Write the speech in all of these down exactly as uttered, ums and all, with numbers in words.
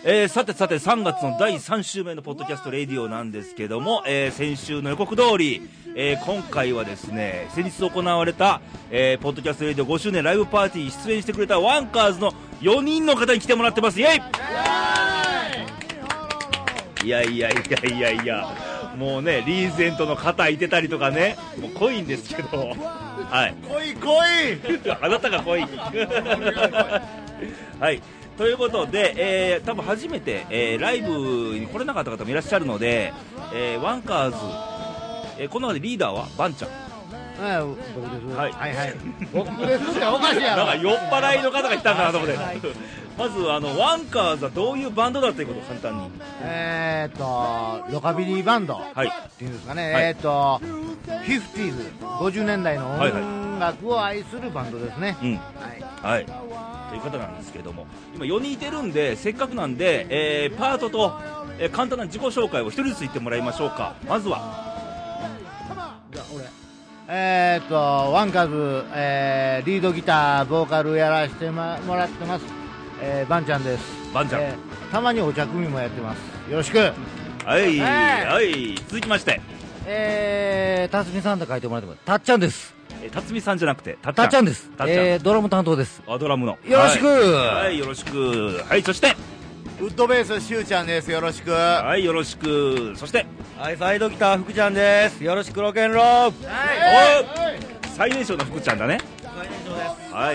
えー、さてさてさんがつのだいさん週目のポッドキャストレディオなんですけども、えー、先週の予告通り、えー、今回はですね先日行われた、えー、ポッドキャストレディオごしゅうねんライブパーティー出演してくれたワンカーズのよにんの方に来てもらってます。イエイ。いやいやいやいやいや、もうねリーゼントの方いてたりとかね、もう濃いんですけど、はい、 濃い濃いあなたが濃いはい、ということで、えー、多分初めて、えー、ライブに来れなかった方もいらっしゃるので、えー、ワンカーズ、えー、この中でリーダーはバンちゃん。 はい、僕です。 はいはいはい。僕ですっておかしいやろ。 なんか酔っ払いの方が来たんかなと思って。まずあのワンカーズはどういうバンドだということを簡単に。 えーっとロカビリーバンドっていうんですかね。 はい、 えーっとフィフティーズ、ごじゅうねんだいの音楽を愛するバンドですね。 うん。はい。はい。という方なんですけども、今よにんいてるんで、せっかくなんで、えー、パートと、えー、簡単な自己紹介をひとりずつ言ってもらいましょうか。まずはじゃあ俺えー、っとワンカーズ、えー、リードギターボーカルやらせて、ま、もらってます、えー、バンちゃんです。 バンちゃん、 えー、たまにお茶組もやってます。よろしく。 はい、 はいはい、続きましてえー、辰巳さんと書いてもらってますたっちゃんです。 えー、辰巳さんじゃなくてたっちゃんです。 たっちゃん、 えー、ドラム担当です。 あ、ドラムのよろしく、 はい、はい、よろしく。はい、そしてウッドベースしゅうちゃんです。よろしく。 はい、よろしく。そしてはい、サイドギター福ちゃんです。よろしくロケンロー。 はい、お最年少の福ちゃんだね。 最年少です。 はい。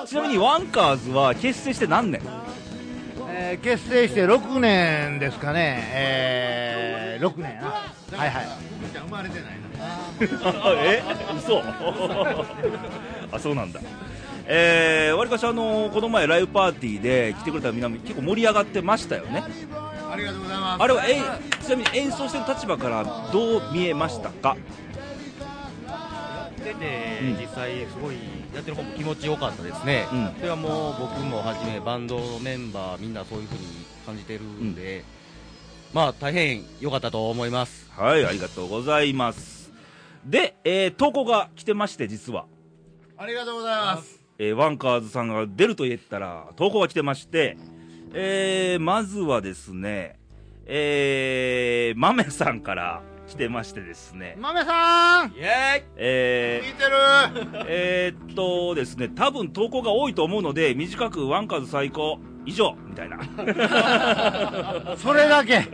ちなみにワンカーズは結成して何年？ えー、結成してろくねんですかね。えー、ろくねん。はいはい。 福ちゃん生まれてないな。 え、嘘あ、そうなんだ。えー、わりかしあのー、この前ライブパーティーで来てくれたみんな結構盛り上がってましたよね。 ありがとうございます。 あれはえちなみに演奏してる立場からどう見えましたか？ やってて、 うん、 実際すごいやってる方も気持ちよかったですね、うん、それはもう僕もはじめバンドのメンバーみんなそういう風に感じてるんで、うん、まあ大変良かったと思います。 はい、ありがとうございます。で、えー、投稿が来てまして、実はありがとうございます。 えー、ワンカーズさんが出ると言ったら投稿が来てまして、えー、まずはですね、えー、豆さんから来てましてですね、 豆さん、 イエーイ、 えー、 聞いてるえーっとですね、多分投稿が多いと思うので短くワンカーズ最高以上みたいなそれだけ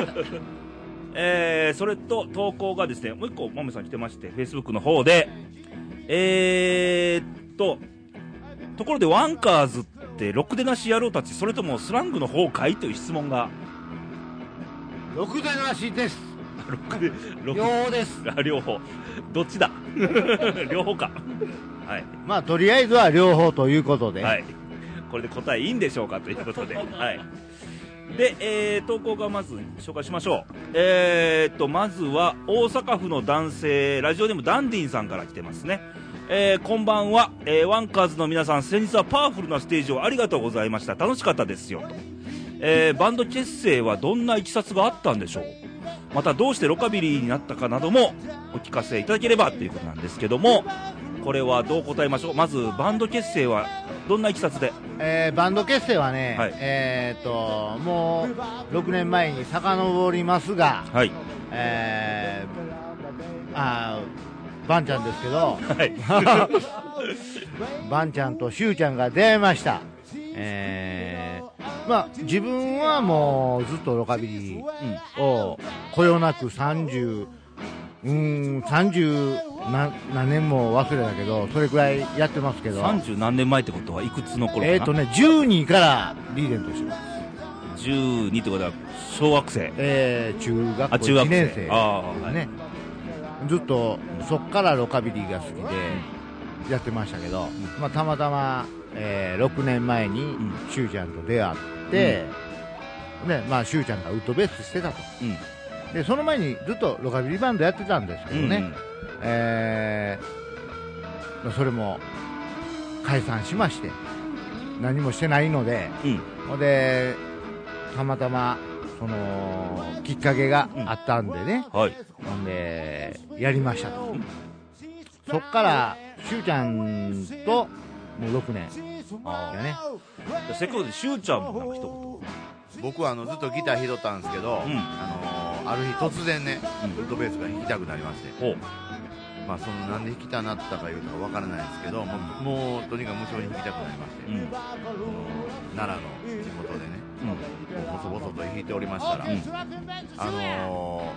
えー、それと投稿がですね、もう一個豆さん来てまして、フェイスブックの方で、えーっとところでワンカーズってろくでなし野郎たち、それともスラングの方かいという質問が。 ろくでなしです。 ろくで両方です。 あ、両方、どっちだ両方か。はい、 まあとりあえずは両方ということで、 はい、これで答えいいんでしょうかということで、はい、で、えー、投稿がまず紹介しましょう。えー、っとまずは大阪府の男性、ラジオネームダンディンさんから来てますね。えー、こんばんは、えー、ワンカーズの皆さん、先日はパワフルなステージをありがとうございました。楽しかったですよと、えー、バンド結成はどんないきさつがあったんでしょう、またどうしてロカビリーになったかなどもお聞かせいただければということなんですけども、これはどう答えましょう。まずバンド結成はどんないきさつで？ えー、バンド結成はね、 はい、 えー、っともうろくねんまえに遡りますが、 はい、 えー、あバンちゃんですけど、 はい、 バンちゃんとシュウちゃんが出会いました。えー、まあ自分はもうずっとロカビリーをこよなくさんじゅう、うーんさんじゅう何年も忘れたけど、それくらいやってますけど、 さんじゅう何年前ってことはいくつの頃かな？ えー、っとねじゅうにからリーゼントしてます。 じゅうにってことは小学生、 えー、中学校いちねん生生、あー、 ね、ずっとそっからロカビリーが好きでやってましたけど、まあ、たまたま、えー、ろくねんまえにシュウちゃんと出会って、うんね、まあ、シュウちゃんがウッドベースしてたと、うん、でその前にずっとロカビリーバンドやってたんですけどね、うんうん、えーまあ、それも解散しまして何もしてないので、うん、でたまたまそのきっかけがあったんでね、うん、はい、ほんでやりましたと、うん、そっからしゅうちゃんともうろくねんやね。 せっかくでしゅうちゃんもなんか一僕はあのずっとギター弾いとったんですけど、 うんあのー、ある日突然ね、 うんウッドベースが弾きたくなりまして、 ほうまあ、そのなんで弾きたなったかいうのは分からないですけど、もう、もうとにかく無償に弾きたくなりまして、 うんその奈良の地元でね、 うんもう細々と弾いておりましたら、 うんあの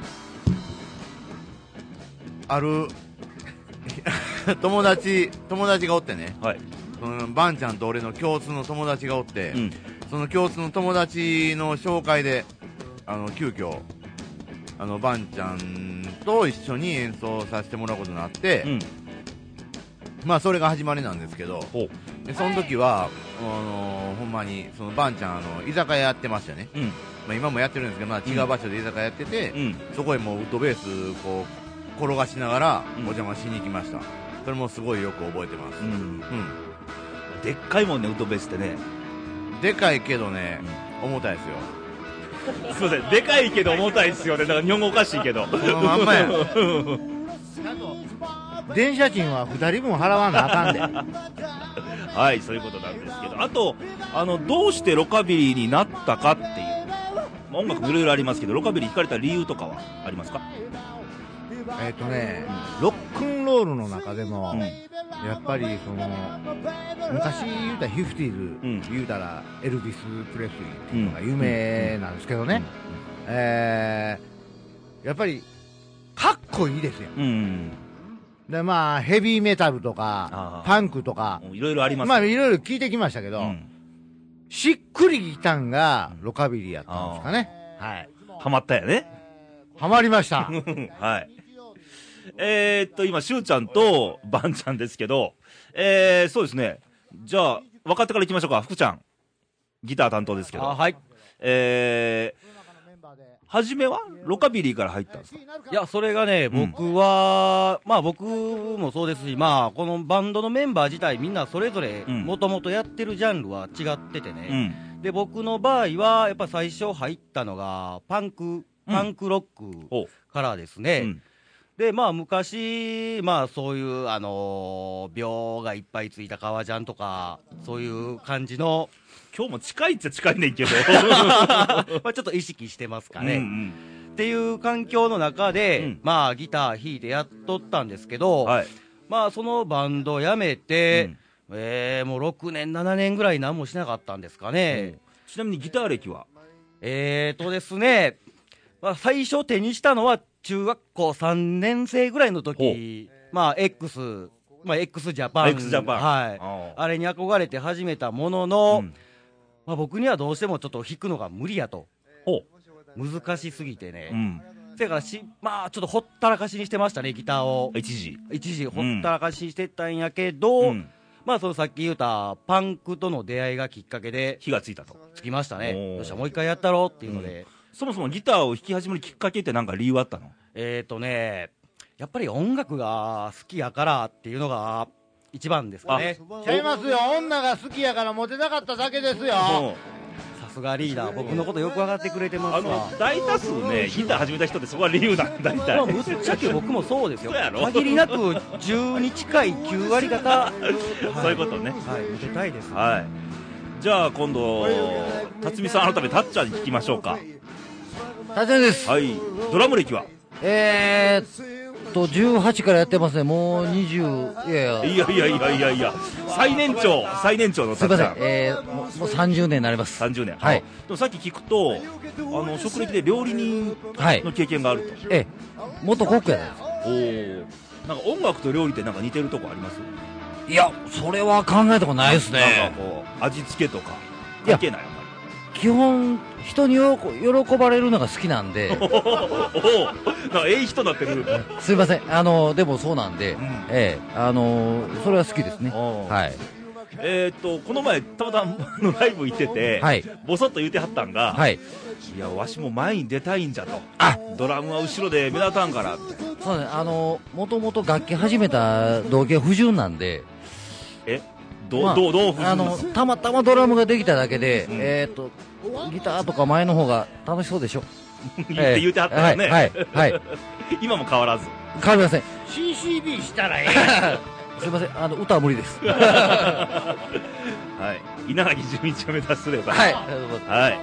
ー、ある友達友達がおってね、 はいそのバンちゃんと俺の共通の友達がおって、 うんその共通の友達の紹介であの急遽あのバンちゃんと一緒に演奏させてもらうことになって、 うんまあそれが始まりなんですけど、 ほうでその時はあのーほんまにそのバンちゃんあの居酒屋やってましたね、 うんまあ、今もやってるんですけど、まあ、違う場所で居酒屋やってて、 うんそこへもうウッドベースこう転がしながらうんお邪魔しに行きました、それもすごいよく覚えてます、 うんうんでっかいもんねウッドベースってねでかいけどね、重たいですよ。 すいませんでかいけど重たいっすよねだから日本語おかしいけどこのまんまや。 ちゃんと電車賃はふたりぶん払わなあかんで。 はいそういうことなんですけどあとあのどうしてロカビリーになったかっていうまあ音楽もいろいろありますけどロカビリー弾かれた理由とかはありますかえっとね、ロックンロールの中でも、 うんやっぱりその昔言うたらフィフティーズ、 うん言うたらエルビス・プレスリーっていうのが有名なんですけどね、えー、やっぱりかっこいいですよ。 うんうんでまあヘビーメタルとあーかパンクとかうんいろいろありますまあいろいろ聞いてきましたけど、 うんしっくりきたんがロカビリーやったんですかね。はい。 ハマったよねハマりました。 はいえー、っと今しゅうちゃんとバンちゃんですけどえー、そうですねじゃあ分かってからいきましょうか福ちゃんギター担当ですけどあはいえー、初めはロカビリーから入ったんですかいやそれがね、 うん僕はまあ僕もそうですしまあこのバンドのメンバー自体みんなそれぞれうんもともとやってるジャンルは違っててうね、 んで僕の場合はやっぱ最初入ったのがパンクパンクロッほクからですね、 うんでまあ昔まあそういうあのー病がいっぱいついた革ジャンとかそういう感じの今日も近いっちゃ近いねんけどまあちょっと意識してますかね、 うんっていう環境の中で、 うんまあギター弾いてやっとったんですけど、 うんはいまあそのバンド辞めて、 うんえーもうろくねんななねんぐらい何もしなかったんですかね、 ちなみにギター歴はえーとですね、まあ、最初手にしたのは中学校さんねん生ぐらいの時まあ X、まあ、X ジャパン X ジャパンはい、 ああれに憧れて始めたものの、 うんまあ、僕にはどうしてもちょっと弾くのが無理やとほ難しすぎてね、 ううんそれからしまあちょっとほったらかしにしてましたねギターを一時一時ほったらかしにしてたんやけど、 うんまあそのさっき言ったパンクとの出会いがきっかけで火がついたとつきましたねおーよっしゃもう一回やったろうっていうので、 そもそもギターを弾き始めるきっかけって何か理由あったのえーとねやっぱり音楽が好きやからっていうのが一番ですかねちゃいますよ。女が好きやからモテたかっただけですよ。 さすがリーダー僕のことよく分かってくれてまあすわの大多数ねギター始めた人ってそこは理由なんだ大まあ、 体ぶっちゃけ僕もそうですよそうやろ限りなくじゅうに近いきゅう割方そういうことねはいモテたいですはいじゃあ今度辰巳さん改めてたっちゃんに聞きましょうか大変です。 はいドラム歴はえーっと、じゅうはちからやってますね。もうにじゅう、いやいや、 いやいやいやいやいや最年長最年長のすいませんたっちゃん。 えー、もうもうさんじゅうねんになります。 さんじゅうねんはいでもさっき聞くとあの職歴で料理人はいの。経験があると、 ええ、元コックやでおおなんか音楽と料理ってなんか似てるとこありますす。いや、それは考えたことないですなんかね。 こう味付けとかいや関係ないあんま基本、人に喜喜ばれるのが好きなんで、 りおおなんかええ人になってるすいません。あの、でもそうなんで、 んええ、あの、それは好きですね。 おーはい。 えーっとこの前たまたまのライブ行ってて、 はい。 ボソッと言ってはったんが、 はい。 いやわしも前に出たいんじゃとあドラムは後ろで目立たんからってそうね、あの、もともと楽器始めた動機は不純なんで、 えどう、 まあどうどう不純なあの、たまたまドラムができただけで、 うんえーっと、ギターとか前の方が楽しそうでしょ。 言って言ってはったよね、 はい、はい、はい。 今も変わらず変わりません。 シーシービー したらええすいません、あの、歌は無理です。ははい稲垣潤一を目指すればい、ありがとうございます。 はい。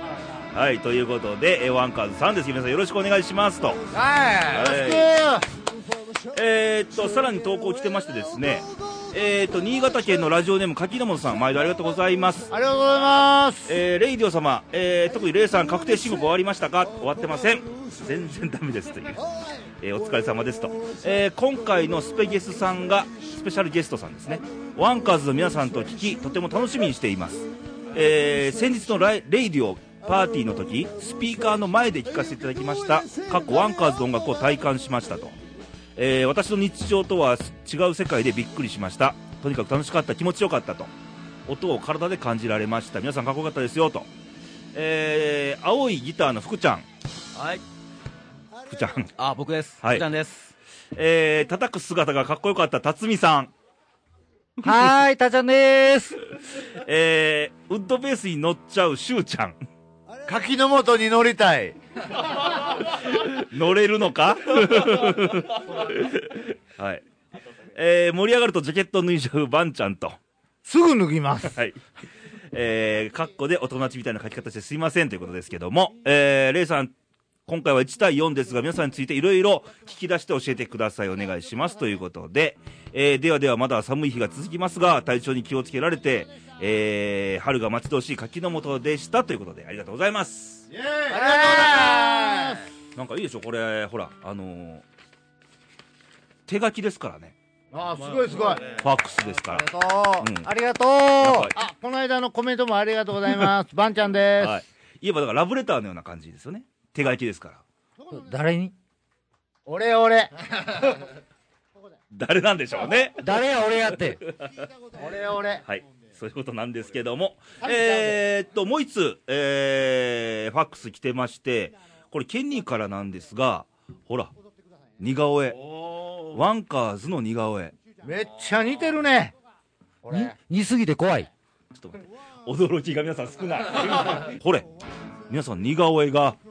はい、ということで、えーワンカーズさんです。皆さんよろしくお願いしますと。 はい、 はいよろしくえー、っと、さらに投稿来てましてですね、えー、っと、新潟県のラジオネーム柿本さん、毎度ありがとうございます。 ありがとうございます。 えー、レイディオ様、えー、特にレイさん確定申告終わりましたか？終わってません。全然ダメですという、えー、お疲れ様ですと、えー、今回のスペゲスさんがスペシャルゲストさんですね。ワンカーズの皆さんと聞き、とても楽しみにしています。えー、先日のライレイディオパーティーの時、スピーカーの前で聞かせていただきました。かっこワンカーズの音楽を体感しましたと。えー、私の日常とは違う世界でびっくりしました。とにかく楽しかった、気持ちよかったと。音を体で感じられました。皆さんかっこよかったですよと。えー、青いギターの福ちゃん。 はい。 福ちゃん。 あ、僕です。 はい。 福ちゃんです。 えー、叩く姿がかっこよかった辰巳さん。 はーい、たっちゃんでーす。 えー、ウッドベースに乗っちゃうしゅうちゃん。 柿の元に乗りたい。 乗れるのかはい。えー、盛り上がるとジャケット脱いじゃうバンちゃんと。 すぐ脱ぎます。 はい。えー、カッコでお友達みたいな書き方してすいませんということですけども、えー、レイさん、今回はいち対よんですが、皆さんについていろいろ聞き出して教えてください。お願いしますということで、えー、ではではまだ寒い日が続きますが、体調に気をつけられて、えー、春が待ち遠しい柿の本でしたということで、ありがとうございます。 イエーイ、ありがとうございます。 なんかいいでしょこれ、ほら、あのー、手書きですからね。 あー、すごいすごい。 ファックスですから。 ありがとう。 うんありがとう。あ、この間のコメントもありがとうございます。バンちゃんです。 はい。言えばだからラブレターのような感じですよね。手書きですから。 誰に俺俺。 誰なんでしょうね。 誰や俺やって。 俺俺。 はい。そういうことなんですけども。えー、っと、もう一つ、えー、ファックス来てまして、これケニーからなんですが、ほら、似顔絵。ワンカーズの似顔絵。 めっちゃ似てるね。 に似すぎて怖い。 ちょっと待って。驚きが皆さん少ない。これ、皆さん似顔絵が。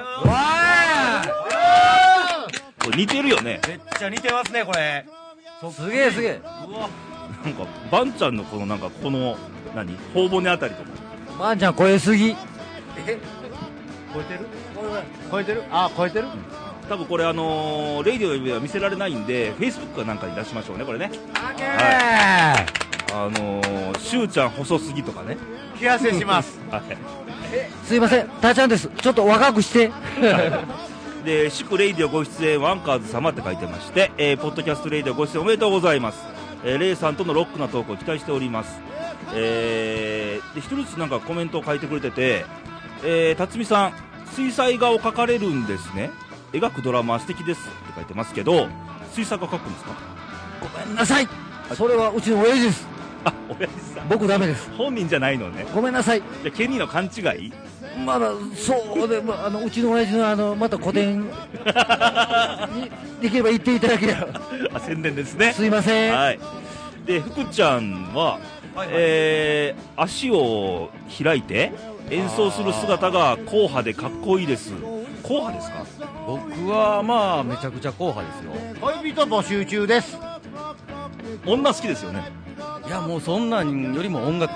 これ似てるよね。 めっちゃ似てますね、これ。 すげえすげえ。 なんか、バンちゃんのこのなんか、この、何頬骨あたりとか。 ばんちゃん超えすぎ。 え超えてる超えてるあ、超えてる、 多分これあのー、レイディオでは見せられないんで、フェイスブックかなんかに出しましょうね、これね。はい。あのー、しゅうちゃん細すぎとかね。 気汗します。 はい。 すいません、たーちゃんです。ちょっと若くして。 で、祝レイディオご出演ワンカーズ様って書いてまして、えー、ポッドキャストレイディオご出演おめでとうございます。えー、レイさんとのロックなトークを期待しております。えー、で、一人ずつなんかコメントを書いてくれてて、えー、辰巳さん、水彩画を描かれるんですね。描くドラマは素敵ですって書いてますけど、水彩画描くんですか？ ごめんなさい。それはうちの親父です。 あ、親父さん。 僕ダメです。 本人じゃないのね。 ごめんなさい。 じゃケニーの勘違い？ まだそうで、まあ、あのうちの親父のあのまた個展にできれば行っていただければ。 あ、宣伝ですね。 すいません。 はい。で、福ちゃんは、はいはい、えー、足を開いて演奏する姿が硬派でかっこいいです。硬派ですか？ 僕はまあめちゃくちゃ硬派ですよ。 恋人募集中です。 女好きですよね。 いやもうそんなんよりも音楽。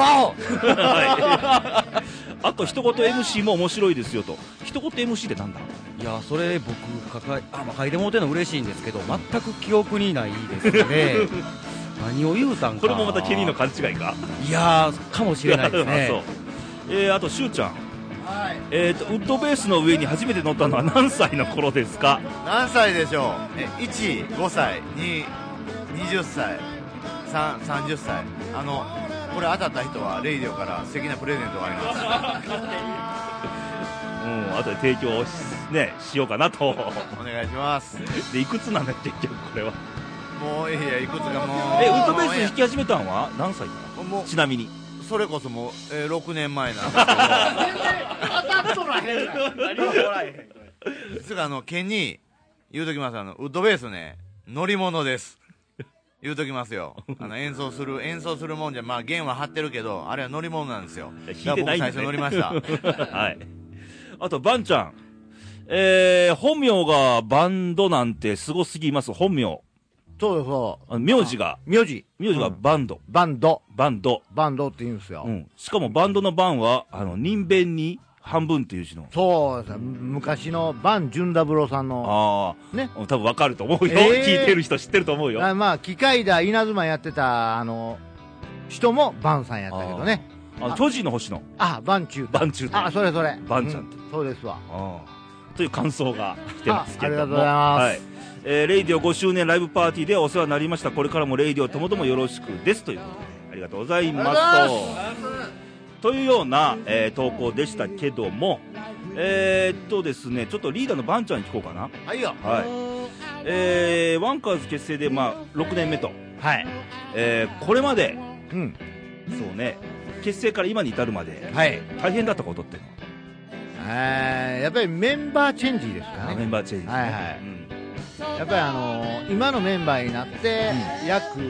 はい。あと一言 エムシー も面白いですよと。一言 エムシー ってなんだ？ いやそれ僕抱えあ、まあ、書いてもうてるの嬉しいんですけど全く記憶にないですね。何を言うたんか。 これもまたケニーの勘違いか？ いやーかもしれないですね。 そう。えー、あとしゅうちゃん、 はい、 えーとウッドベースの上に初めて乗ったのは何歳の頃ですか？ 何歳でしょう。えいち、ごさい、に、にじゅっさい、さん、さんじゅっさい。あのこれ当たった人はレイディオから素敵なプレゼントがあります。 うん、後で提供 し,、ね、しようかなと。 お願いします。 でいくつなんだ結局これは。 もういやいくつかもう。 えウッドベース弾き始めたのは何歳かな？ もうちなみにそれこそもう、えー、ろくねんまえなんですけど。当たっとらへんな。何ももらえへん。実はあのケンに言うときます。あのウッドベースね乗り物です。言うときますよ。あの演奏する演奏するもんじゃ、まあ弦は張ってるけどあれは乗り物なんですよ。 弾いてないんだね。 僕最初乗りました。 はい。あとバンちゃん、えー、本名がバンドなんてすごすぎます。本名。 そうそう。 あの名字が名字名字がバンド、 バンドバンドバンドって言うんですよ。 うん。しかもバンドのバンはあの人弁に半分っていう字の。 そうです、昔の伴淳三郎さんの。 ああ。 ね。 多分わかると思うよ。 えー、 聞いてる人知ってると思うよ。 あまあ、機械だ、稲妻やってた、あの、人も伴さんやったけどね。 ああ、巨人の星の。 あ、伴中。 伴中。 あ、それそれ。 伴ちゃんって、 うん。そうですわ。 ああ。という感想が来てますけども。 ありがとうございます。はい。 えー、レイディオごしゅうねんライブパーティーでお世話になりました。これからもレイディオともどもよろしくですということで、ありがとうございますというような、えー、投稿でしたけども、えー、っとですねちょっとリーダーのバンちゃんに聞こうかな。 はいよ。 はい。えー、ワンカーズ結成でまあろくねんめと、 はい。 えー、これまで、 うん、 そうね、結成から今に至るまで、 はい、 大変だったことっていうのは、 えー、やっぱりメンバーチェンジですかね。 メンバーチェンジ、ね、 はいはい、うん、やっぱりあのー、今のメンバーになって、うん、約いちねん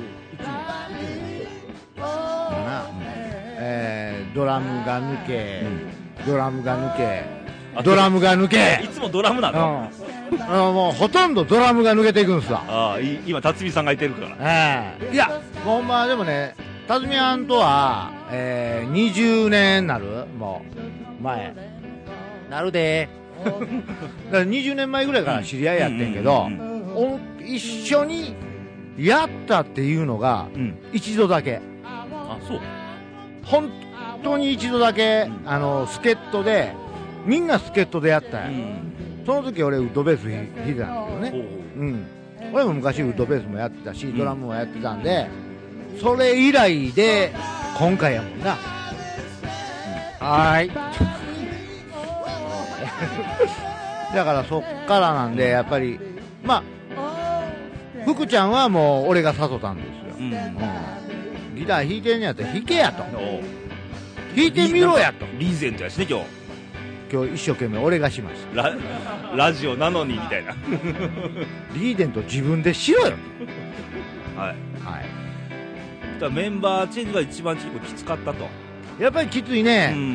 かな、うん、えー、ドラムが抜け、うん、ドラムが抜けドラムが抜けいつもドラムなの、 うん、あのもうほとんどドラムが抜けていくんですわ。 ああ、今辰巳さんがいてるから、 えー、いやほんまでもね、辰巳さんとは、えー、にじゅうねんなるもう前なるでだからにじゅうねんまえぐらいから知り合いやってんけど、一緒にやったっていうのが一度だけ、うん、 あ、そう、 本当に一度だけ、うん、あの助っ人でみんな助っ人でやったんや、うん、その時俺ウッドベース弾いてたんだけどね、うん、俺も昔ウッドベースもやってたしドラムもやってたんで、うん、それ以来で今回やもんな、うん、はーいだからそっからなんで、やっぱりまあ福ちゃんはもう俺が誘ったんですよ、うんうん、ギター弾いてんやったら弾けやと、弾いてみろやと、 リーゼントやしね今日今日一生懸命俺がしました。 ラ, ラジオなのにみたいなリーゼント自分でしろよはい、はい、だメンバーチェンジが一番きつかったと。 やっぱりきついね、うん、うん、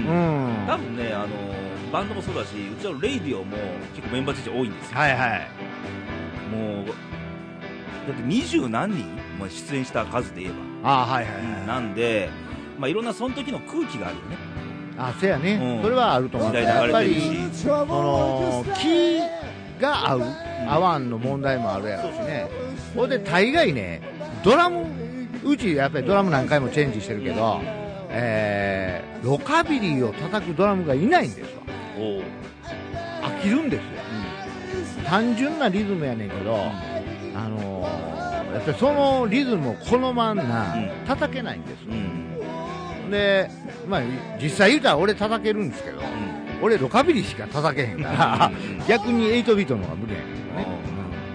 多分ね、あのバンドもそうだし、うちのレイディオも結構メンバーチェンジ多いんですよ。 はいはい。 もうだって二十何人も出演した数で言えば、 ああ、はいはいはい、 うん、なんで、まあ、いろんなその時の空気があるよね。 あ、せやね、うん、それはあると思う。 時代流れてるし、 やっぱりその気が合う、うん、合わんの問題もあるやろしね。ほんで大概ね、ドラム、うちやっぱりドラム何回もチェンジしてるけど、えー、ロカビリーを叩くドラムがいないんですわ。お飽きるんですよ、うん、単純なリズムやねんけど、うん、あのー、やっぱりそのリズムを好まんな、うん、叩けないんですよ、うん、で、まあ、実際言うたら俺叩けるんですけど、うん、俺ロカビリーしか叩けへんから逆にエイトビートの方が無理やねんけどね。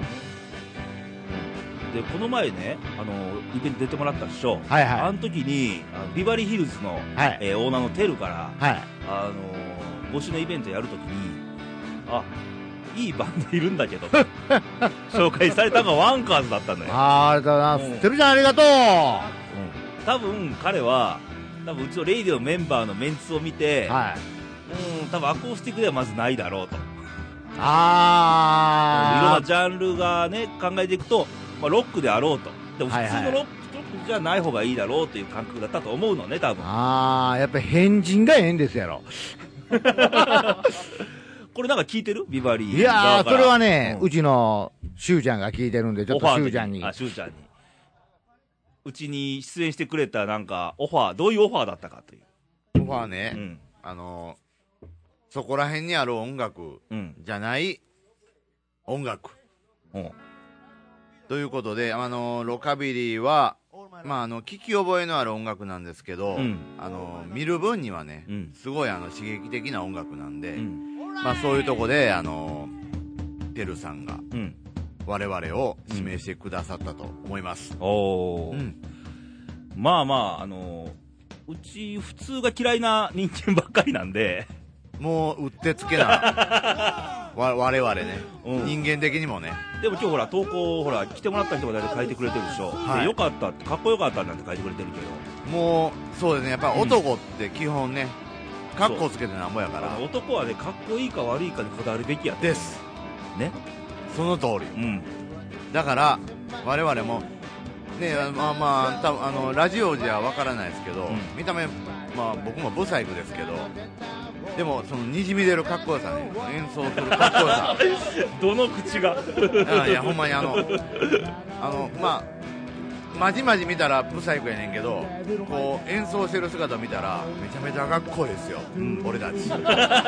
でこの前ね、あのイベント出てもらったでしょ、 はいはい、 あの時にあのビバリーヒルズの、はい、えー、オーナーのテルから、はい、あの募集のイベントやるときに、あ、いいバンドいるんだけど紹介されたのがワンカーズだったんだよ。 あー、ありがとうございます、テルちゃんありがとう、 うん、多分彼は多分うちのレイディオのメンバーのメンツを見て、はい、うん、多分アコースティックではまずないだろうと、 あいろんなジャンルがね考えていくと、まあ、ロックであろうと、でも普通のロック、はいはい、ロックじゃない方がいいだろうという感覚だったと思うのね、多分。 ああ、やっぱり変人がええんですやろこれなんか聞いてる？ビバリー。 いやー、それはね、うん、うちのシュウちゃんが聞いてるんで、ちょっとシュウちゃんに。 あ、シュウちゃんに。うちに出演してくれたなんかオファー、どういうオファーだったかという。 オファーね、うん、あのー、そこら辺にある音楽じゃない音楽。うん、ということで、あのー、ロカビリーは、まあ、あの聞き覚えのある音楽なんですけど、うん、あの見る分にはね、うん、すごいあの刺激的な音楽なんで、うん、まあ、そういうとこであのテルさんが我々を指名してくださったと思います、うん、おー、うん、まあまあ、あのうち普通が嫌いな人間ばっかりなんで、 もううってつけなわ我々ね、うん、人間的にもね。 でも今日ほら投稿ほら来てもらった人が大体書いてくれてるでしょ、はい、でよかったって、かっこよかったなんて書いてくれてるけど、 もうそうですね、やっぱり男って基本ね、うん、かっこつけてなんぼやから、 男はね、かっこいいか悪いかにこだわるべきやですね、 その通り、うん、だから我々もね、まあまあ多分あのラジオじゃわからないですけど、うん、見た目まあ僕もブサイクですけど、 でもそのにじみ出るかっこよさね、演奏するかっこよさどの口がいやほんまにあのあのまあまじまじ見たらブサイクやねんけど、こう演奏してる姿を見たらめちゃめちゃかっこいいですよ、うん、俺たちいや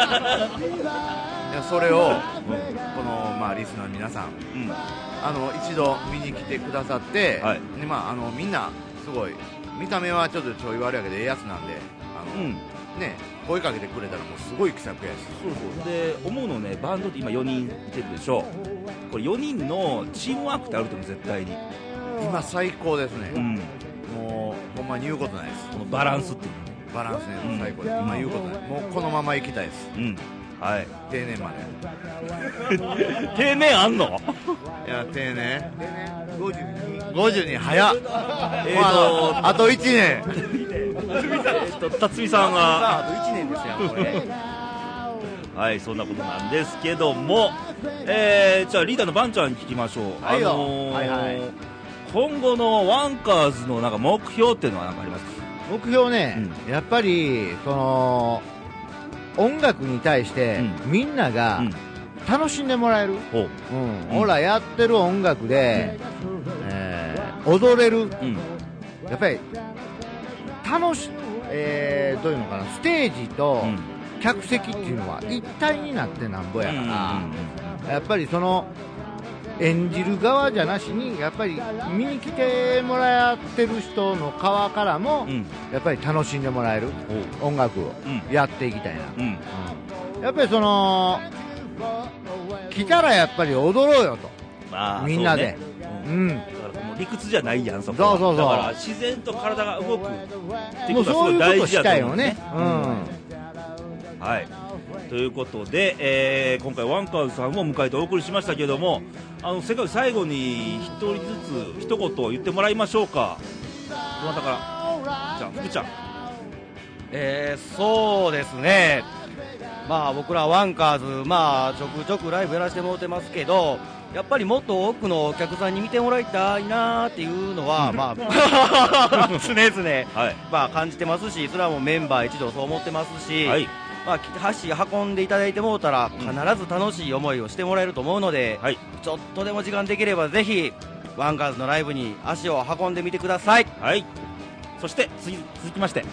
それを、うん、この、まあ、リスナーの皆さん、うん、あの一度見に来てくださって、はい、でまあ、あのみんなすごい見た目はちょっとちょい悪いわけでええやつなんで、あの、うんね、声かけてくれたらもうすごい気さくやし、 そうそうで思うのね、バンドって今よにんいてるでしょ、これよにんのチームワークってあると思う、絶対に今最高ですね、うん、もうほんまに言うことないです、 このバランスっていうバランスね、うん、最高です、今言うことない、もうこのまま行きたいです、うん、はい、定年まで定年あんのいや定年ごじゅうに、ごじゅうに早っ、えーとあといちねんえっと辰巳さんがあといちねんですよこれはい、そんなことなんですけども、えー、じゃあリーダーのバンちゃんに聞きましょう、 はいよ、 あのーはいはい、 今後のワンカーズのなんか目標っていうのは何かありますか？ 目標ね、うん、やっぱりその音楽に対して、うん、みんなが楽しんでもらえる、うんうん、ほらやってる音楽で、うんえー、踊れる、うん、やっぱり楽し、えー、どういうのかな、ステージと客席っていうのは一体になってなんぼやから、うんうんうん、やっぱりその演じる側じゃなしにやっぱり見に来てもらってる人の側からも、うん、やっぱり楽しんでもらえる音楽をやっていきたいな、うんうん、やっぱりその来たらやっぱり踊ろうよと、まあ、みんなで、う、ね、うん、だからもう理屈じゃないやん、そこは。そうそうそう、だから自然と体が動くっていうことはすごい大事だと思うんですね。 もうそういうことしたいよね、うんうん、はい、ということで、えー、今回ワンカーズさんを迎えてお送りしましたけども、あのせっかく最後に一人ずつ一言言ってもらいましょうか。どなたから？じゃあ福ちゃん。 えー、そうですね、まあ僕らワンカーズ、まあちょくちょくライブやらせてもらってますけど、やっぱりもっと多くのお客さんに見てもらいたいなっていうのは、うん、まあ常々、はい、まあ感じてますし、それはもうメンバー一同そう思ってますし、はい、まあ、箸運んでいただいてもうたら必ず楽しい思いをしてもらえると思うので、はい、ちょっとでも時間できればぜひワンカーズのライブに足を運んでみてください。 はい、そして次続きまして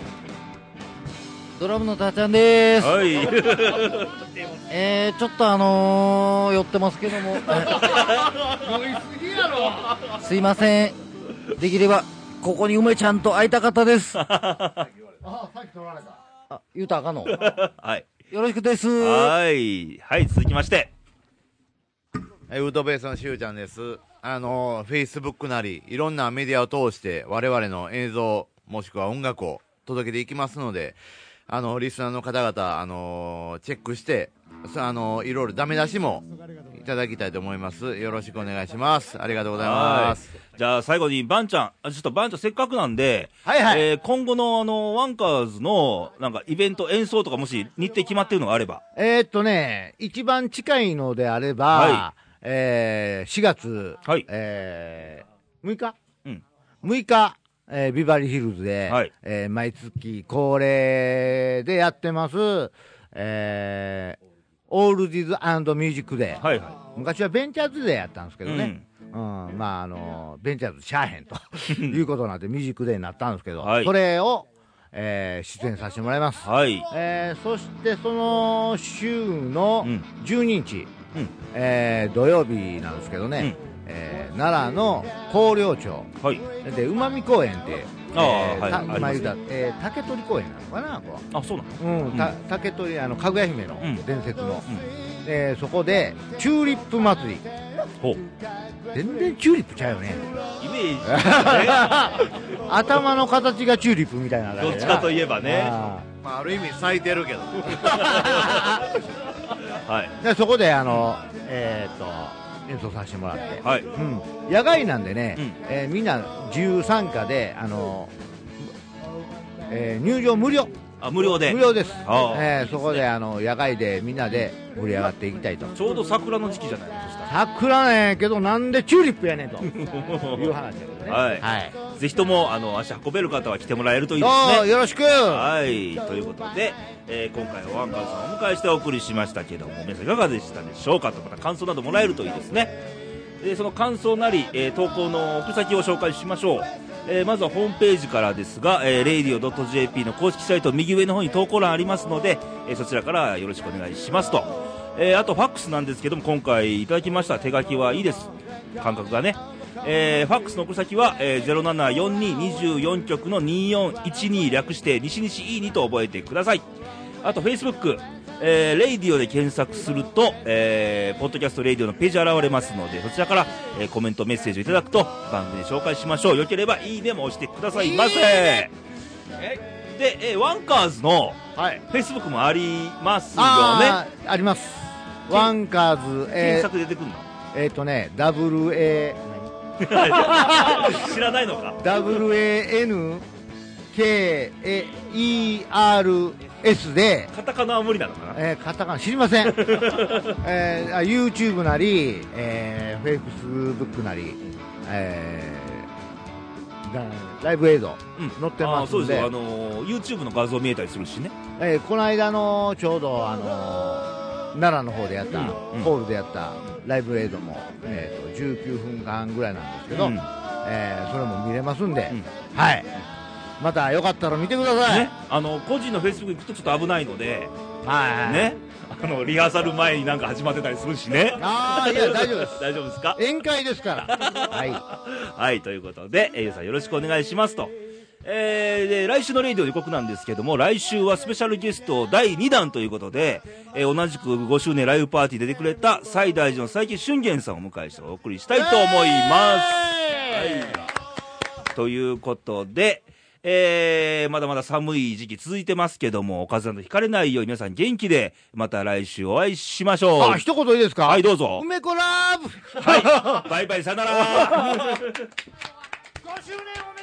ドラムのたーちゃんです、 はいえー、ちょっとあのー、寄ってますけども酔いすぎやろすいません、できればここに梅ちゃんと会いたかったですあ、 さっき取られた、 あ、言うたらあかんのはい、 よろしくです。 はいはい、続きましてウッドベースのしゅうちゃんです。あのフェイスブックなりいろんなメディアを通して我々の映像もしくは音楽を届けていきますので、あのリスナーの方々、あのチェックしてあのいろいろダメ出しもいただきたいと思います。よろしくお願いします。ありがとうございます。 じゃあ最後にバンちゃん、ちょっとバンちゃんせっかくなんで、 はいはい、 えー、今後のあのワンカーズのなんかイベント演奏とかもし日程決まってるのがあれば。 えー、っとね一番近いのであれば、はい、えー、しがつ、はい、えー、むいか、うん、むいか、えー、ビバリーヒルズで、はい、えー、毎月恒例でやってます、えー、オールディズ&ミュージックデー、はいはい、昔はベンチャーズデーやったんですけどね、うんうん、まああのベンチャーズしゃあへんということなんでミュージックデーになったんですけど、はい、それを、えー、出演させてもらいます、はい、えー、そしてその週のじゅうににち、うん、えー、土曜日なんですけどね、うん、えー、奈良の広陵町、はい、でうまみ公園で、えーはい、たまあ言うたら、えー、竹取公園なのかな、こう、あ、そうなの、うん、た竹取、あのかぐや姫の伝説の、うん、えー、そこでチューリップ祭り、ほう、全然チューリップちゃうよね、 イメージ頭の形がチューリップみたいな、 どっちかといえばね、 あ、まあ、ある意味咲いてるけどはい、でそこであの、えー、っと演奏させてもらって、はい、うん、野外なんでね、うん、えー、みんな自由参加で、あの、えー、入場無料、 あ、無料で無料です、えー、そこであの野外でみんなで盛り上がっていきたいと。 ちょうど桜の時期じゃないの、そしたら桜ねんけどなんでチューリップやねんという話だけどね、はい、はい、 ぜひともあの足運べる方は来てもらえるといいでどうすね。 よろしく。 はいということで、えー今回はワンカーズさんをお迎えしてお送りしましたけども、皆さんいかがでしたでしょうかと。また感想などもらえるといいですね。でその感想なり、えー投稿の送り先を紹介しましょう。えーまずはホームページからですが、えー、レイディオ ドット ジェーピー の公式サイト右上の方に投稿欄ありますので、えーそちらからよろしくお願いしますと。えーあとファックスなんですけども、今回いただきました手書きはいいです、感覚がね。えーファックスの送り先は、えー、ゼロななよんににじゅうよん局のによんいちに略して西西いいにと覚えてください。あとフェイスブック、えー、レイディオで検索すると、えー、ポッドキャストレイディオのページ現れますので、そちらから、えーコメントメッセージをいただくと番組で紹介しましょう。よければいいねも押してくださいませ。で、えーワンカーズのはい。 フェイスブックもありますよね。 あーあります。ワンカーズ、 検えー、 索出てくるのえーとね、ダブルエー、 知らないのか。 ダブルエーエヌケーイーアールエス で、 カタカナは無理なのかな。 えー、カタカナ知りません。えー、あ YouTube なり、えー、Facebook なり、えー、だライブ映像うん載ってますんで、 あーそうですよ、あのー YouTube の画像見えたりするしね。 えーこの間のちょうど、あのー奈良の方でやった、 うんうんホールでやったライブ映像も、えーとじゅうきゅうふんかんぐらいなんですけど、 うんえーそれも見れますんで、 うんはい、またよかったら見てください。 ね、あの個人のフェイスブック行くとちょっと危ないので、 はい、 ね、あのリハーサル前になんか始まってたりするしね。 ああ、いや、大丈夫です。 大丈夫ですか。 宴会ですから。はい。 はいということで、えー、ゆうさんよろしくお願いしますと。えー、で来週のレイディオ予告なんですけども、来週はスペシャルゲストだいにだんということで、えー同じくごしゅうねんライブパーティーで出てくれた西大寺の佐伯俊玄さんをお迎えしてお送りしたいと思います。はい、ということで、えーまだまだ寒い時期続いてますけども、お風邪などひかれないように皆さん元気でまた来週お会いしましょう。 あ、一言いいですか。 はいどうぞ。 梅子ラブ。 はいバイバイさよなら。 ごしゅうねんおめでとう。